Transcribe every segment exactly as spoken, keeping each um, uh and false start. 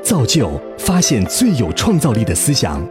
造就发现最有创造力的思想。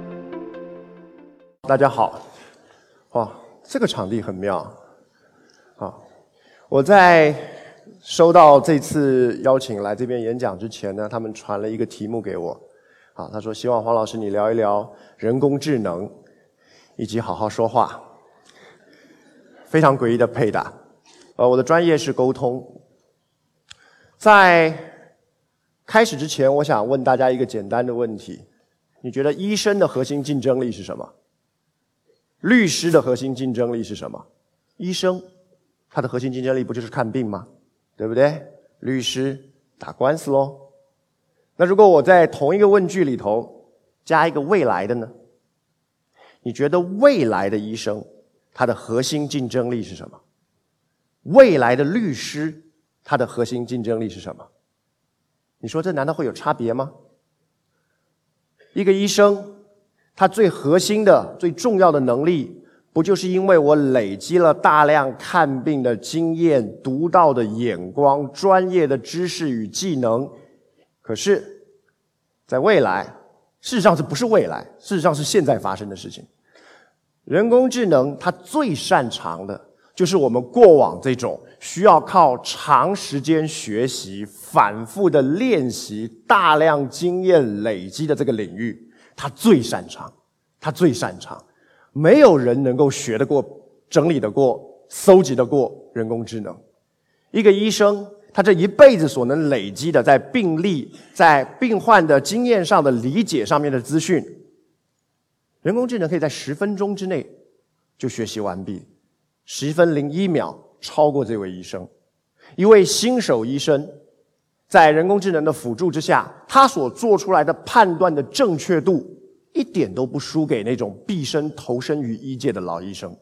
大家好，哇，这个场地很妙啊！我在收到这次邀请来这边演讲之前呢，他们传了一个题目给我，啊，他说希望黄老师你聊一聊人工智能，以及好好说话。非常诡异的配搭。呃，我的专业是沟通。在开始之前，我想问大家一个简单的问题：你觉得医生的核心竞争力是什么？律师的核心竞争力是什么？医生，他的核心竞争力不就是看病吗？对不对？律师打官司咯。那如果我在同一个问句里头加一个未来的呢？你觉得未来的医生他的核心竞争力是什么？未来的律师他的核心竞争力是什么？你说这难道会有差别吗？一个医生他最核心的最重要的能力，不就是因为我累积了大量看病的经验、独到的眼光、专业的知识与技能？可是在未来，事实上这不是未来，事实上是现在发生的事情。人工智能它最擅长的就是我们过往这种需要靠长时间学习、反复的练习、大量经验累积的这个领域，它最擅长，它最擅长。没有人能够学得过、整理得过、搜集得过人工智能。一个医生，他这一辈子所能累积的在病例、在病患的经验上的理解上面的资讯，人工智能可以在十分钟之内就学习完毕，十分零一秒超过这位医生。一位新手医生在人工智能的辅助之下，他所做出来的判断的正确度一点都不输给那种毕生投身于医界的老医生。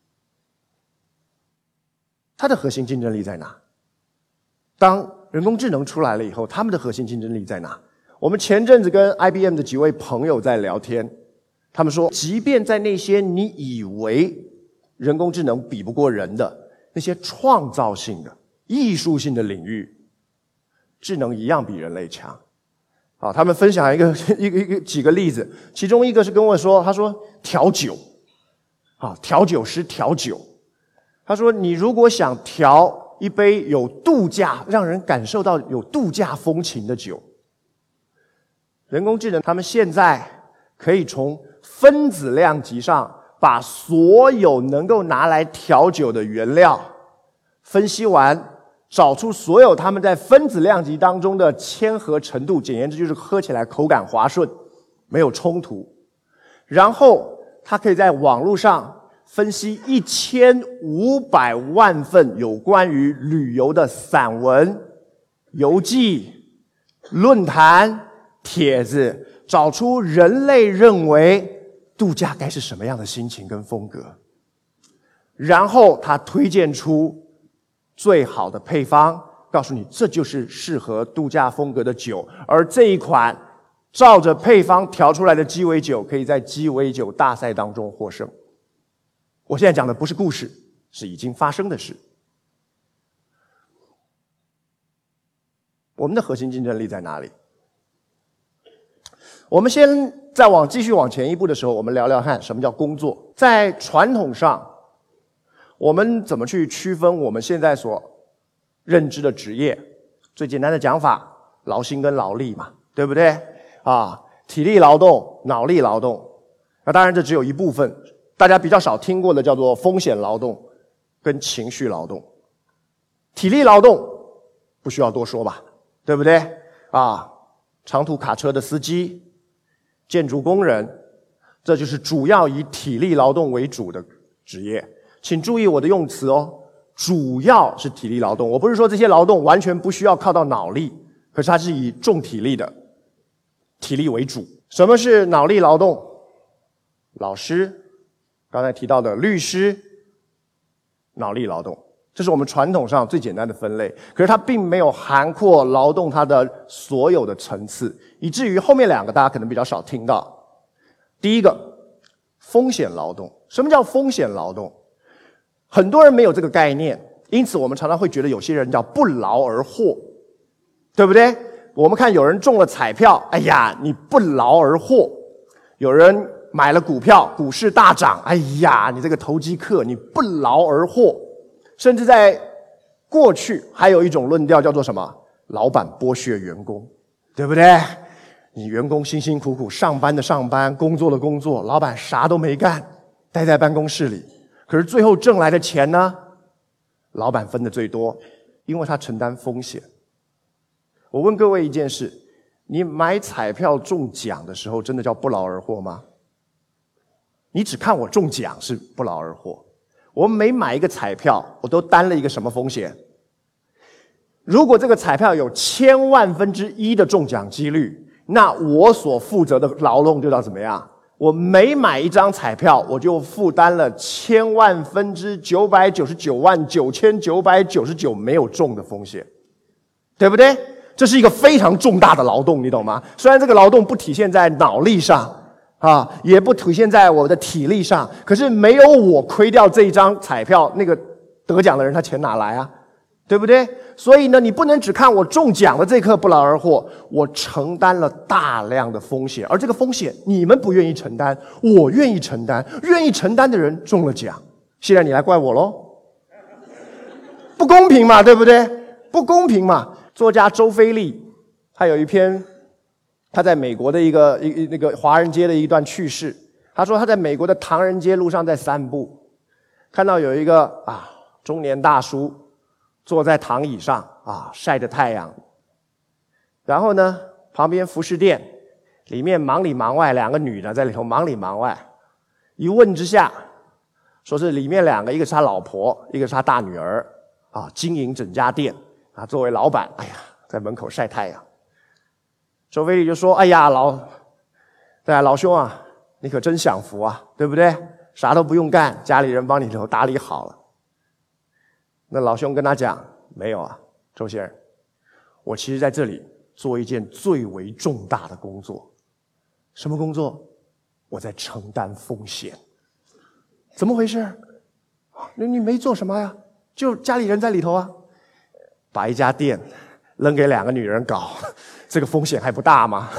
他的核心竞争力在哪？当人工智能出来了以后，他们的核心竞争力在哪？我们前阵子跟 I B M 的几位朋友在聊天，他们说，即便在那些你以为人工智能比不过人的那些创造性的、艺术性的领域，智能一样比人类强。啊，他们分享一个一个一个几个例子，其中一个是跟我说，他说调酒，啊，调酒师调酒，他说你如果想调一杯有度假，让人感受到有度假风情的酒，人工智能他们现在可以从分子量级上把所有能够拿来调酒的原料分析完，找出所有他们在分子量级当中的谦和程度，简言之就是喝起来口感滑顺，没有冲突。然后他可以在网络上分析一千五百万份有关于旅游的散文、游记、论坛、帖子，找出人类认为度假该是什么样的心情跟风格，然后他推荐出最好的配方，告诉你这就是适合度假风格的酒，而这一款照着配方调出来的鸡尾酒可以在鸡尾酒大赛当中获胜。我现在讲的不是故事，是已经发生的事。我们的核心竞争力在哪里？我们先再往继续往前一步的时候，我们聊聊看什么叫工作。在传统上，我们怎么去区分我们现在所认知的职业？最简单的讲法，劳心跟劳力嘛，对不对？啊，体力劳动、脑力劳动。那当然这只有一部分，大家比较少听过的叫做风险劳动跟情绪劳动。体力劳动不需要多说吧，对不对？啊，长途卡车的司机、建筑工人，这就是主要以体力劳动为主的职业。请注意我的用词哦，主要是体力劳动。我不是说这些劳动完全不需要靠到脑力，可是它是以重体力的，体力为主。什么是脑力劳动？老师，刚才提到的律师，脑力劳动，这是我们传统上最简单的分类。可是它并没有涵括劳动它的所有的层次，以至于后面两个大家可能比较少听到。第一个，风险劳动。什么叫风险劳动？很多人没有这个概念，因此我们常常会觉得有些人叫不劳而获，对不对？ 我们看有人中了彩票，哎呀，你不劳而获；有人买了股票，股市大涨，哎呀，你这个投机客，你不劳而获。甚至在过去还有一种论调叫做什么？老板剥削员工，对不对？你员工辛辛苦苦上班的上班，工作的工作，老板啥都没干，待在办公室里，可是最后挣来的钱呢，老板分的最多，因为他承担风险。我问各位一件事，你买彩票中奖的时候真的叫不劳而获吗？你只看我中奖是不劳而获，我每买一个彩票我都担了一个什么风险？如果这个彩票有千万分之一的中奖几率，那我所负责的劳动就叫怎么样？我每买一张彩票，我就负担了千万分之九百九十九万九千九百九十九没有中的风险，对不对？这是一个非常重大的劳动，你懂吗？虽然这个劳动不体现在脑力上啊，也不体现在我的体力上，可是没有我亏掉这一张彩票，那个得奖的人他钱哪来啊？对不对？所以呢，你不能只看我中奖的这刻不劳而获，我承担了大量的风险，而这个风险你们不愿意承担，我愿意承担，愿意承担的人中了奖，现在你来怪我咯？不公平嘛，对不对？不公平嘛。作家周飞利他有一篇他在美国的一个一那个华人街的一段趣事，他说他在美国的唐人街路上在散步，看到有一个啊中年大叔坐在躺椅上啊，晒着太阳。然后呢，旁边服饰店里面忙里忙外，两个女的在里头忙里忙外。一问之下，说是里面两个，一个是他老婆，一个是他大女儿啊，经营整家店啊。作为老板，哎呀，在门口晒太阳。周飞利就说：“哎呀，老，对啊，老兄啊，你可真享福啊，对不对？啥都不用干，家里人帮你都打理好了。”那老兄跟他讲：“没有啊，周先生，我其实在这里做一件最为重大的工作。什么工作？我在承担风险。怎么回事？你你没做什么呀？就家里人在里头啊，把一家店扔给两个女人搞，这个风险还不大吗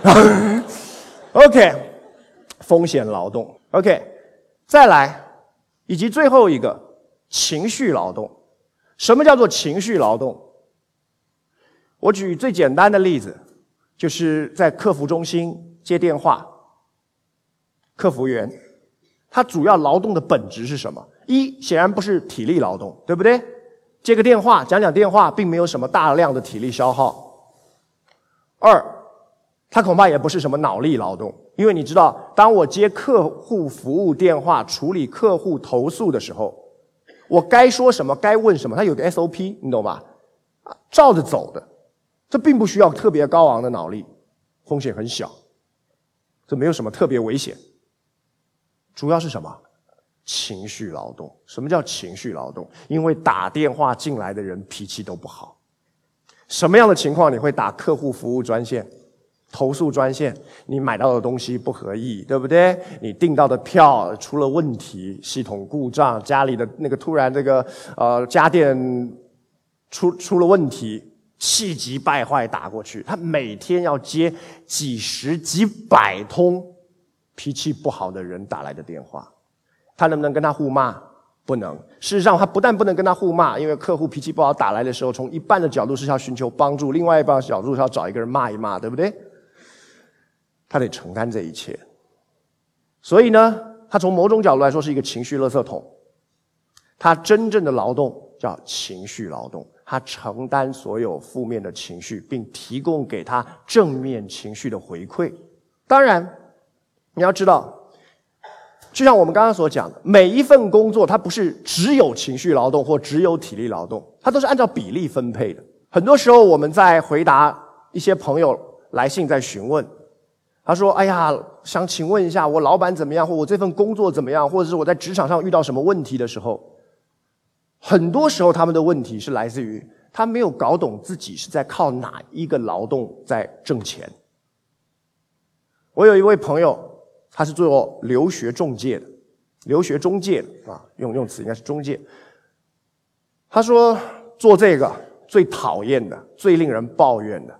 ？OK， 风险劳动。OK， 再来，以及最后一个情绪劳动。什么叫做情绪劳动？我举最简单的例子，就是在客服中心接电话，客服员他主要劳动的本质是什么？一，显然不是体力劳动，对不对？接个电话，讲讲电话，并没有什么大量的体力消耗。二，他恐怕也不是什么脑力劳动，因为你知道，当我接客户服务电话，处理客户投诉的时候，我该说什么，该问什么，它有个 S O P， 你懂吧？照着走的，这并不需要特别高昂的脑力，风险很小，这没有什么特别危险。主要是什么？情绪劳动。什么叫情绪劳动？因为打电话进来的人脾气都不好。什么样的情况你会打客户服务专线？投诉专线，你买到的东西不合意，对不对？你订到的票出了问题，系统故障，家里的那个突然这个呃家电出出了问题，气急败坏打过去。他每天要接几十几百通脾气不好的人打来的电话，他能不能跟他互骂？不能。事实上，他不但不能跟他互骂，因为客户脾气不好打来的时候，从一半的角度是要寻求帮助，另外一半的角度是要找一个人骂一骂，对不对？他得承担这一切。所以呢，他从某种角度来说是一个情绪垃圾桶。他真正的劳动叫情绪劳动，他承担所有负面的情绪，并提供给他正面情绪的回馈。当然，你要知道，就像我们刚刚所讲的，每一份工作它不是只有情绪劳动或只有体力劳动，它都是按照比例分配的。很多时候我们在回答一些朋友来信在询问，他说：“哎呀，想请问一下，我老板怎么样，或我这份工作怎么样，或者是我在职场上遇到什么问题的时候，很多时候他们的问题是来自于他没有搞懂自己是在靠哪一个劳动在挣钱。”我有一位朋友，他是做留学中介的，留学中介的啊，用用词应该是中介。他说做这个最讨厌的、最令人抱怨的，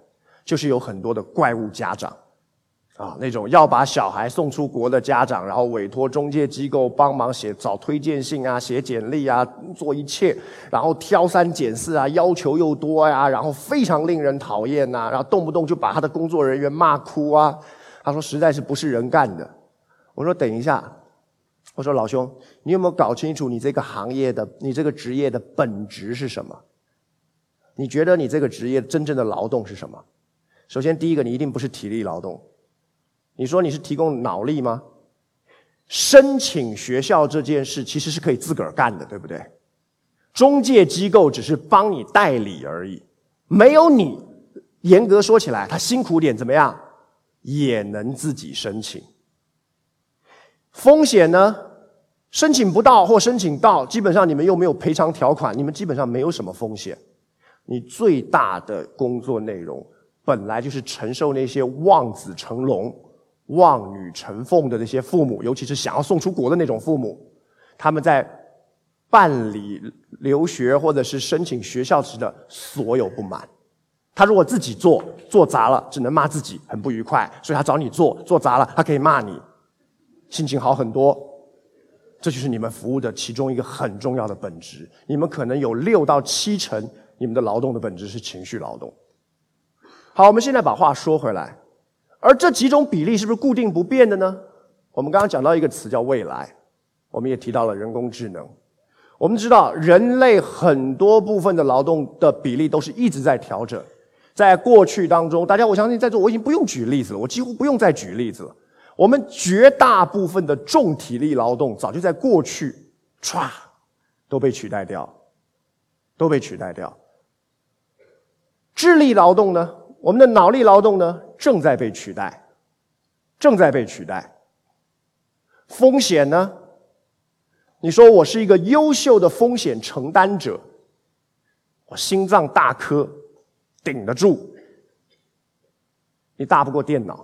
就是有很多的怪物家长啊，那种要把小孩送出国的家长，然后委托中介机构帮忙写找推荐信啊，写简历啊，做一切，然后挑三拣四啊，要求又多呀、啊，然后非常令人讨厌呐、啊，然后动不动就把他的工作人员骂哭啊。他说实在是不是人干的。我说等一下，我说老兄，你有没有搞清楚你这个行业的你这个职业的本质是什么？你觉得你这个职业真正的劳动是什么？首先第一个，你一定不是体力劳动。你说你是提供脑力吗？申请学校这件事其实是可以自个儿干的，对不对？中介机构只是帮你代理而已，没有你，严格说起来，他辛苦点怎么样，也能自己申请。风险呢？申请不到或申请到，基本上你们又没有赔偿条款，你们基本上没有什么风险。你最大的工作内容本来就是承受那些望子成龙、望女成凤的那些父母，尤其是想要送出国的那种父母，他们在办理留学或者是申请学校时的所有不满。他如果自己做，做砸了，只能骂自己，很不愉快，所以他找你做，做砸了，他可以骂你，心情好很多。这就是你们服务的其中一个很重要的本质。你们可能有六到七成你们的劳动的本质是情绪劳动。好，我们现在把话说回来，而这几种比例是不是固定不变的呢？我们刚刚讲到一个词叫未来，我们也提到了人工智能。我们知道人类很多部分的劳动的比例都是一直在调整。在过去当中，大家我相信在座我已经不用举例子了，我几乎不用再举例子了。我们绝大部分的重体力劳动早就在过去唰都被取代掉，都被取代掉。智力劳动呢，我们的脑力劳动呢，正在被取代，正在被取代。风险呢，你说我是一个优秀的风险承担者，我心脏大颗，顶得住，你大不过电脑。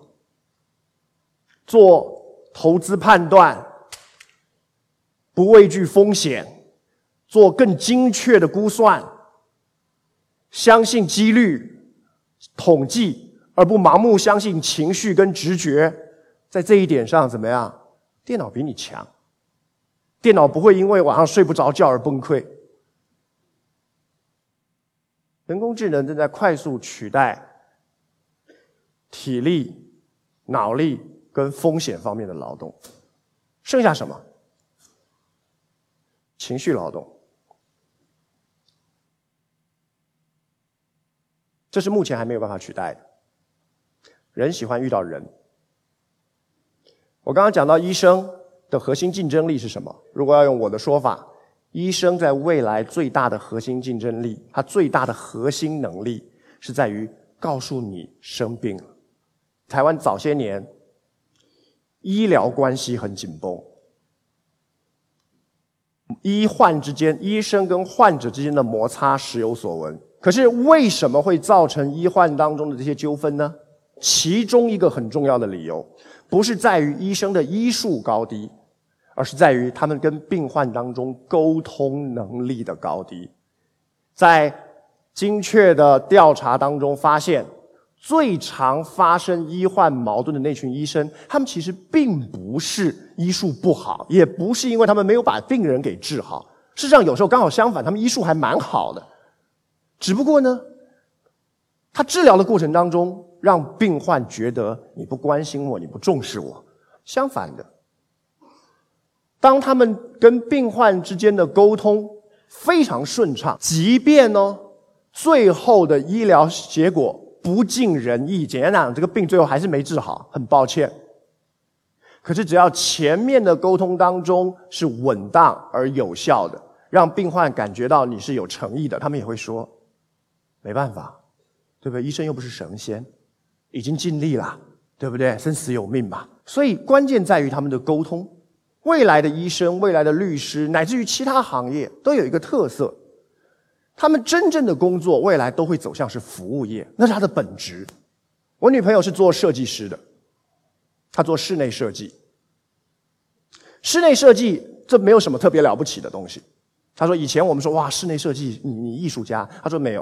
做投资判断，不畏惧风险，做更精确的估算，相信几率、统计，而不盲目相信情绪跟直觉。在这一点上怎么样？电脑比你强，电脑不会因为晚上睡不着觉而崩溃。人工智能正在快速取代体力、脑力跟风险方面的劳动，剩下什么？情绪劳动。这是目前还没有办法取代的。人喜欢遇到人。我刚刚讲到医生的核心竞争力是什么？如果要用我的说法，医生在未来最大的核心竞争力，他最大的核心能力是在于告诉你生病了。台湾早些年医疗关系很紧绷，医患之间，医生跟患者之间的摩擦时有所闻。可是为什么会造成医患当中的这些纠纷呢？其中一个很重要的理由，不是在于医生的医术高低，而是在于他们跟病患当中沟通能力的高低。在精确的调查当中发现，最常发生医患矛盾的那群医生，他们其实并不是医术不好，也不是因为他们没有把病人给治好。事实上有时候刚好相反，他们医术还蛮好的，只不过呢，他治疗的过程当中让病患觉得你不关心我，你不重视我。相反的，当他们跟病患之间的沟通非常顺畅，即便呢最后的医疗结果不尽人意，简单讲，这个病最后还是没治好，很抱歉。可是只要前面的沟通当中是稳当而有效的，让病患感觉到你是有诚意的，他们也会说没办法，对不对？医生又不是神仙，已经尽力了，对不对？生死有命嘛。所以关键在于他们的沟通。未来的医生、未来的律师，乃至于其他行业都有一个特色，他们真正的工作未来都会走向是服务业，那是他的本质。我女朋友是做设计师的，她做室内设计。室内设计这没有什么特别了不起的东西。她说以前我们说哇，室内设计你你艺术家，她说没有，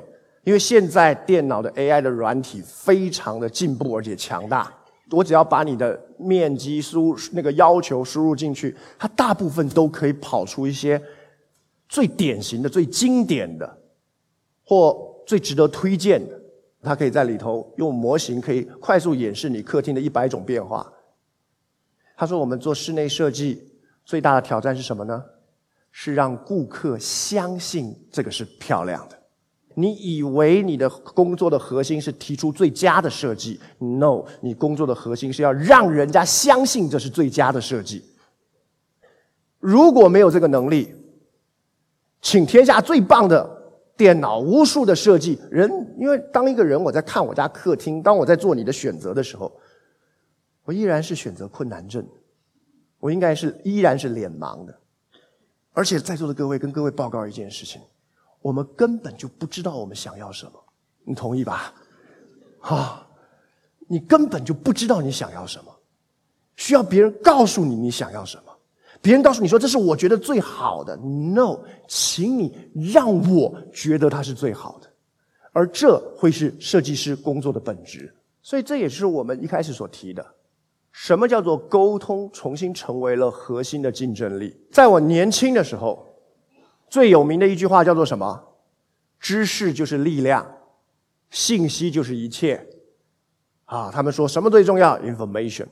因为现在电脑的 A I 的软体非常的进步而且强大，我只要把你的面积输那个要求输入进去，它大部分都可以跑出一些最典型的、最经典的，或最值得推荐的。它可以在里头用模型可以快速演示你客厅的一百种变化。他说我们做室内设计最大的挑战是什么呢？是让顾客相信这个是漂亮的。你以为你的工作的核心是提出最佳的设计 ，no， 你工作的核心是要让人家相信这是最佳的设计。如果没有这个能力，请天下最棒的电脑，无数的设计人，因为当一个人我在看我家客厅，当我在做你的选择的时候，我依然是选择困难症，我应该是依然是脸盲的。而且在座的各位，跟各位报告一件事情，我们根本就不知道我们想要什么，你同意吧？啊，你根本就不知道你想要什么，需要别人告诉你你想要什么。别人告诉你说这是我觉得最好的 ，no， 请你让我觉得它是最好的，而这会是设计师工作的本质。所以这也是我们一开始所提的，什么叫做沟通重新成为了核心的竞争力。在我年轻的时候，最有名的一句话叫做什么？知识就是力量，信息就是一切。啊，他们说什么最重要 ？information。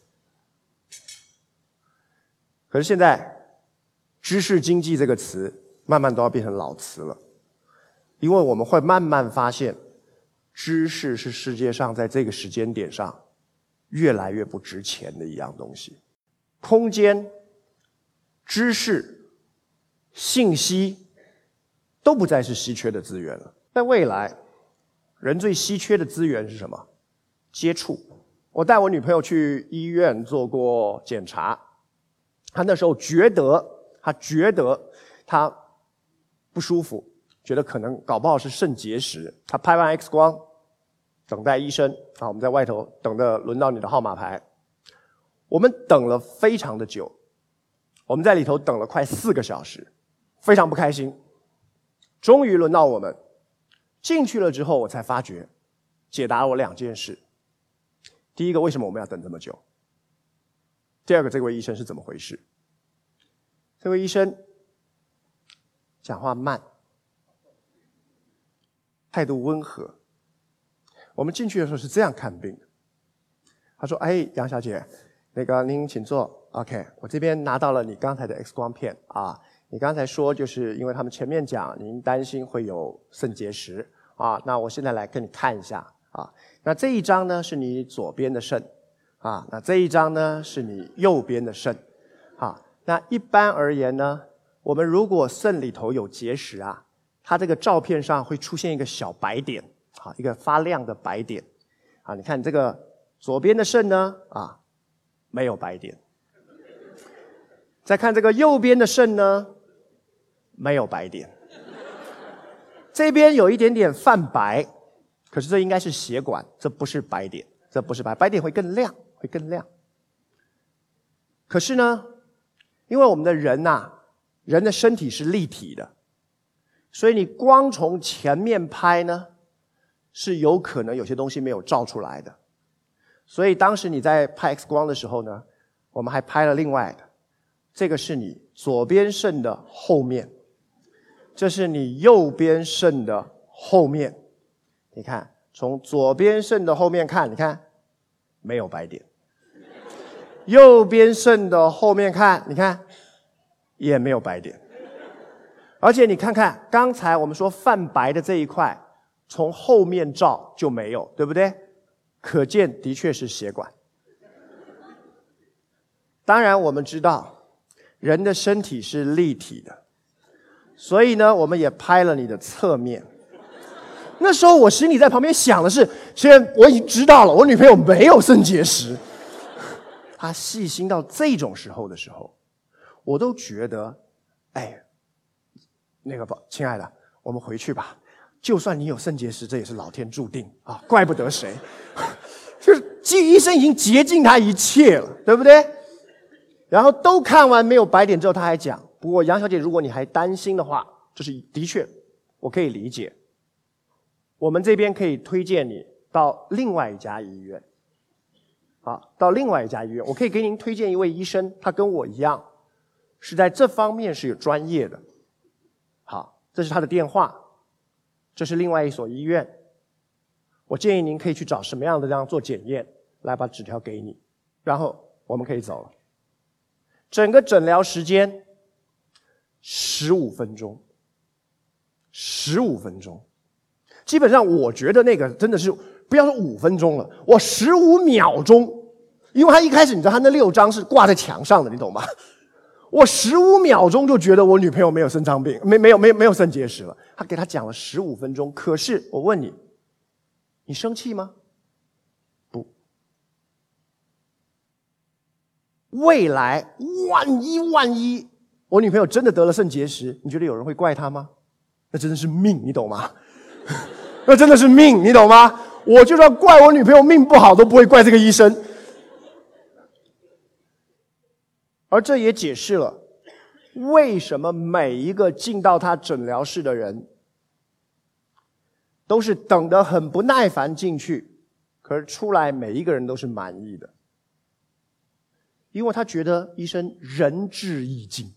可是现在，知识经济这个词慢慢都要变成老词了，因为我们会慢慢发现，知识是世界上在这个时间点上越来越不值钱的一样东西。空间、知识、信息都不再是稀缺的资源了。在未来，人最稀缺的资源是什么？接触。我带我女朋友去医院做过检查。他那时候觉得，他觉得他不舒服，觉得可能搞不好是肾结石。他拍完 X 光，等待医生啊，我们在外头等着轮到你的号码牌。我们等了非常的久，我们在里头等了快四个小时，非常不开心。终于轮到我们进去了之后，我才发觉解答了我两件事。第一个，为什么我们要等这么久？第二个，这位医生是怎么回事？这位医生讲话慢，态度温和。我们进去的时候是这样看病的。他说：“哎，杨小姐，那个您请坐。OK， 我这边拿到了你刚才的 X 光片啊。你刚才说就是因为他们前面讲您担心会有肾结石啊，那我现在来跟你看一下啊。那这一张呢是你左边的肾。”啊，那这一张呢是你右边的肾，啊，那一般而言呢，我们如果肾里头有结石啊，它这个照片上会出现一个小白点，啊，一个发亮的白点，啊，你看这个左边的肾呢，啊，没有白点，再看这个右边的肾呢，没有白点，这边有一点点泛白，可是这应该是血管，这不是白点，这不是白，白点会更亮。会更亮。可是呢，因为我们的人呐、啊，人的身体是立体的，所以你光从前面拍呢，是有可能有些东西没有照出来的。所以当时你在拍 X 光的时候呢，我们还拍了另外的，这个是你左边肾的后面，这是你右边肾的后面。你看，从左边肾的后面看，你看。没有白点，右边肾的后面看，你看也没有白点，而且你看看刚才我们说泛白的这一块，从后面照就没有，对不对？可见的确是血管。当然我们知道人的身体是立体的，所以呢我们也拍了你的侧面。那时候我心里在旁边想的是，现在我已经知道了，我女朋友没有肾结石。她细心到这种时候的时候，我都觉得，哎，那个亲爱的，我们回去吧。就算你有肾结石，这也是老天注定啊，怪不得谁。就是医生已经竭尽他一切了，对不对？然后都看完没有白点之后，他还讲，不过杨小姐，如果你还担心的话，这是的确，我可以理解。 我们这边可以推荐你到另外一家医院。啊，到另外一家医院，我可以给您推荐一位医生，他跟我一样，是在这方面是有专业的。好，这是他的电话，这是另外一所医院。我建议您可以去找什么样的这样做检验，来把纸条给你，然后我们可以走了。整个诊疗时间十五分钟，十五分钟，基本上我觉得那个真的是。不要说五分钟了，我十五秒钟，因为他一开始你知道他那六张是挂在墙上的，你懂吗？我十五秒钟就觉得我女朋友没有肾脏病，没没有没有没有肾结石了。他给他讲了十五分钟，可是我问你，你生气吗？不。未来万一万一我女朋友真的得了肾结石，你觉得有人会怪她吗？那真的是命，你懂吗？那真的是命，你懂吗？我就算怪我女朋友命不好，都不会怪这个医生。而这也解释了为什么每一个进到他诊疗室的人都是等得很不耐烦进去，可是出来每一个人都是满意的，因为他觉得医生仁至义尽，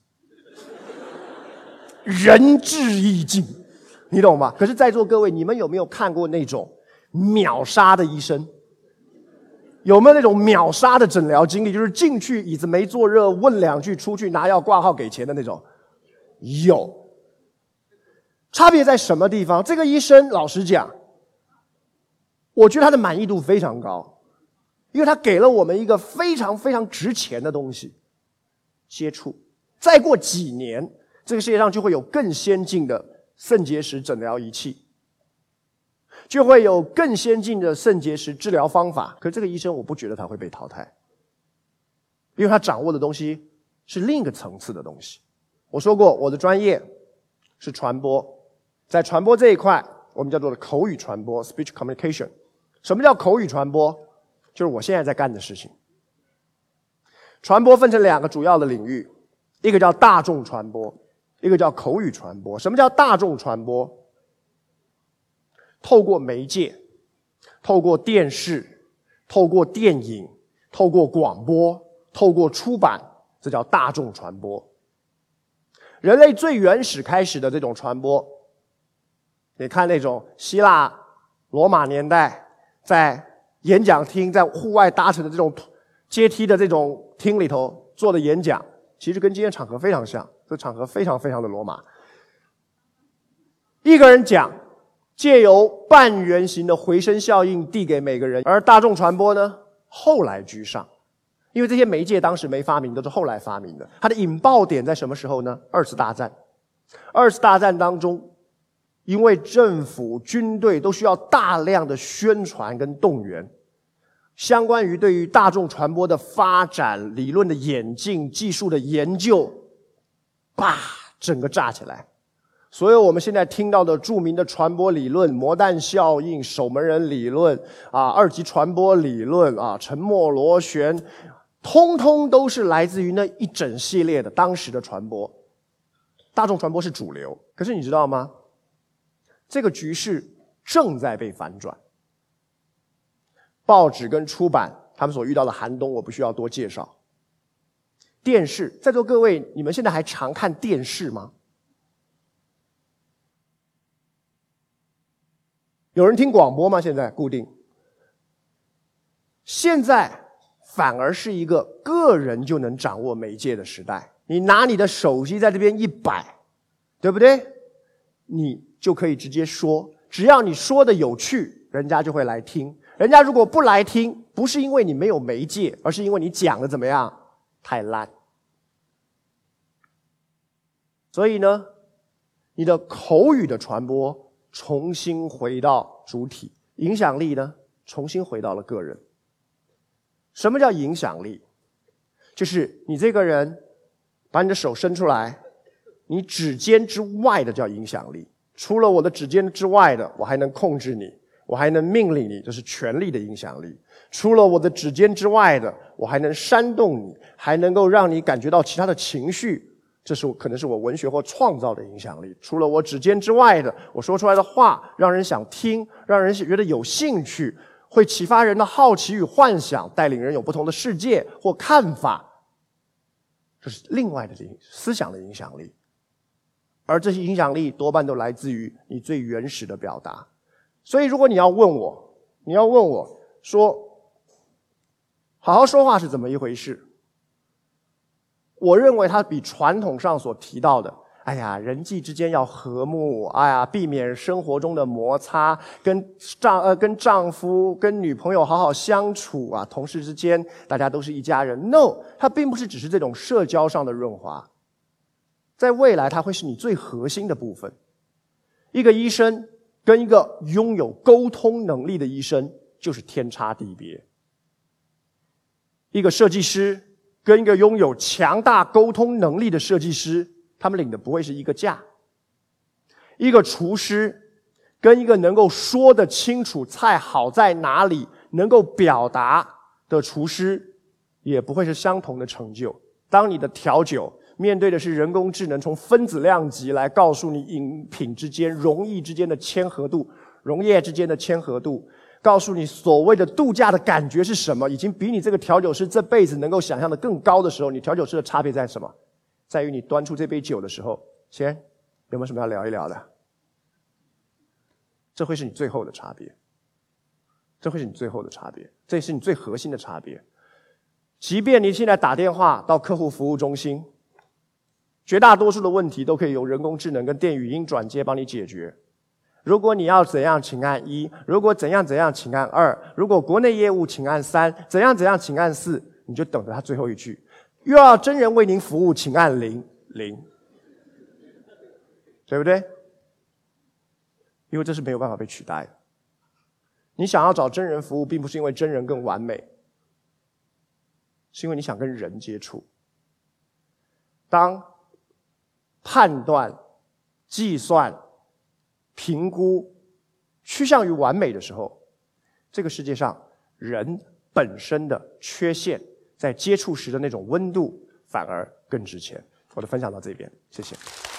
仁至义尽，你懂吗？可是在座各位，你们有没有看过那种秒杀的医生？有没有那种秒杀的诊疗经历？就是进去椅子没坐热，问两句，出去拿药挂号给钱的那种。有。差别在什么地方？这个医生老实讲，我觉得他的满意度非常高，因为他给了我们一个非常非常值钱的东西——接触。再过几年，这个世界上就会有更先进的肾结石诊疗仪器，就会有更先进的肾结石治疗方法。可是这个医生我不觉得他会被淘汰，因为他掌握的东西是另一个层次的东西。我说过，我的专业是传播，在传播这一块我们叫做口语传播 speech communication。 什么叫口语传播？就是我现在在干的事情。传播分成两个主要的领域，一个叫大众传播，一个叫口语传播。什么叫大众传播？透过媒介，透过电视，透过电影，透过广播，透过出版，这叫大众传播。人类最原始开始的这种传播，你看那种希腊罗马年代在演讲厅，在户外搭成的这种阶梯的这种厅里头做的演讲，其实跟今天场合非常像，这场合非常非常的罗马。一个人讲，借由半圆形的回声效应递给每个人。而大众传播呢，后来居上，因为这些媒介当时没发明，都是后来发明的。它的引爆点在什么时候呢？二次大战。二次大战当中，因为政府军队都需要大量的宣传跟动员，相关于对于大众传播的发展、理论的演进、技术的研究，啪，整个炸起来。所有我们现在听到的著名的传播理论，魔弹效应、守门人理论啊，二级传播理论啊，沉默螺旋，通通都是来自于那一整系列的当时的传播。大众传播是主流，可是你知道吗？这个局势正在被反转。报纸跟出版他们所遇到的寒冬，我不需要多介绍。电视，在座各位，你们现在还常看电视吗？有人听广播吗？现在固定。现在反而是一个个人就能掌握媒介的时代。你拿你的手机在这边一摆，对不对？你就可以直接说，只要你说的有趣，人家就会来听。人家如果不来听，不是因为你没有媒介，而是因为你讲的怎么样？太烂。所以呢，你的口语的传播重新回到主体，影响力呢，重新回到了个人。什么叫影响力？就是你这个人把你的手伸出来，你指尖之外的叫影响力。除了我的指尖之外的，我还能控制你，我还能命令你，这是权力的影响力。除了我的指尖之外的，我还能煽动你，还能够让你感觉到其他的情绪， 这是我可能是我文学或创造的影响力。除了我指尖之外的，我说出来的话让人想听，让人觉得有兴趣，会启发人的好奇与幻想，带领人有不同的世界或看法。这是另外的思想的影响力。而这些影响力多半都来自于你最原始的表达。所以如果你要问我，你要问我说，好好说话是怎么一回事？我认为它比传统上所提到的，哎呀，人际之间要和睦，哎呀，避免生活中的摩擦，跟丈呃跟丈夫、跟女朋友好好相处啊，同事之间大家都是一家人。No， 它并不是只是这种社交上的润滑，在未来它会是你最核心的部分。一个医生跟一个拥有沟通能力的医生就是天差地别。一个设计师跟一个拥有强大沟通能力的设计师，他们领的不会是一个价。一个厨师跟一个能够说得清楚菜好在哪里，能够表达的厨师，也不会是相同的成就。当你的调酒面对的是人工智能从分子量级来告诉你饮品之间溶液之间的谦和度，溶液之间的谦和度，告诉你所谓的度假的感觉是什么，已经比你这个调酒师这辈子能够想象的更高的时候，你调酒师的差别在什么？在于你端出这杯酒的时候，先有没有什么要聊一聊的？这会是你最后的差别，这会是你最后的差别，这也是你最核心的差别。即便你现在打电话到客户服务中心，绝大多数的问题都可以由人工智能跟电语音转接帮你解决。如果你要怎样，请按一；如果怎样怎样，请按二；如果国内业务，请按三；怎样怎样，请按四。你就等着他最后一句，又要真人为您服务，请按零零，对不对？因为这是没有办法被取代的。你想要找真人服务，并不是因为真人更完美，是因为你想跟人接触。当判断、计算、评估趋向于完美的时候，这个世界上人本身的缺陷在接触时的那种温度反而更值钱。我的分享到这边，谢谢。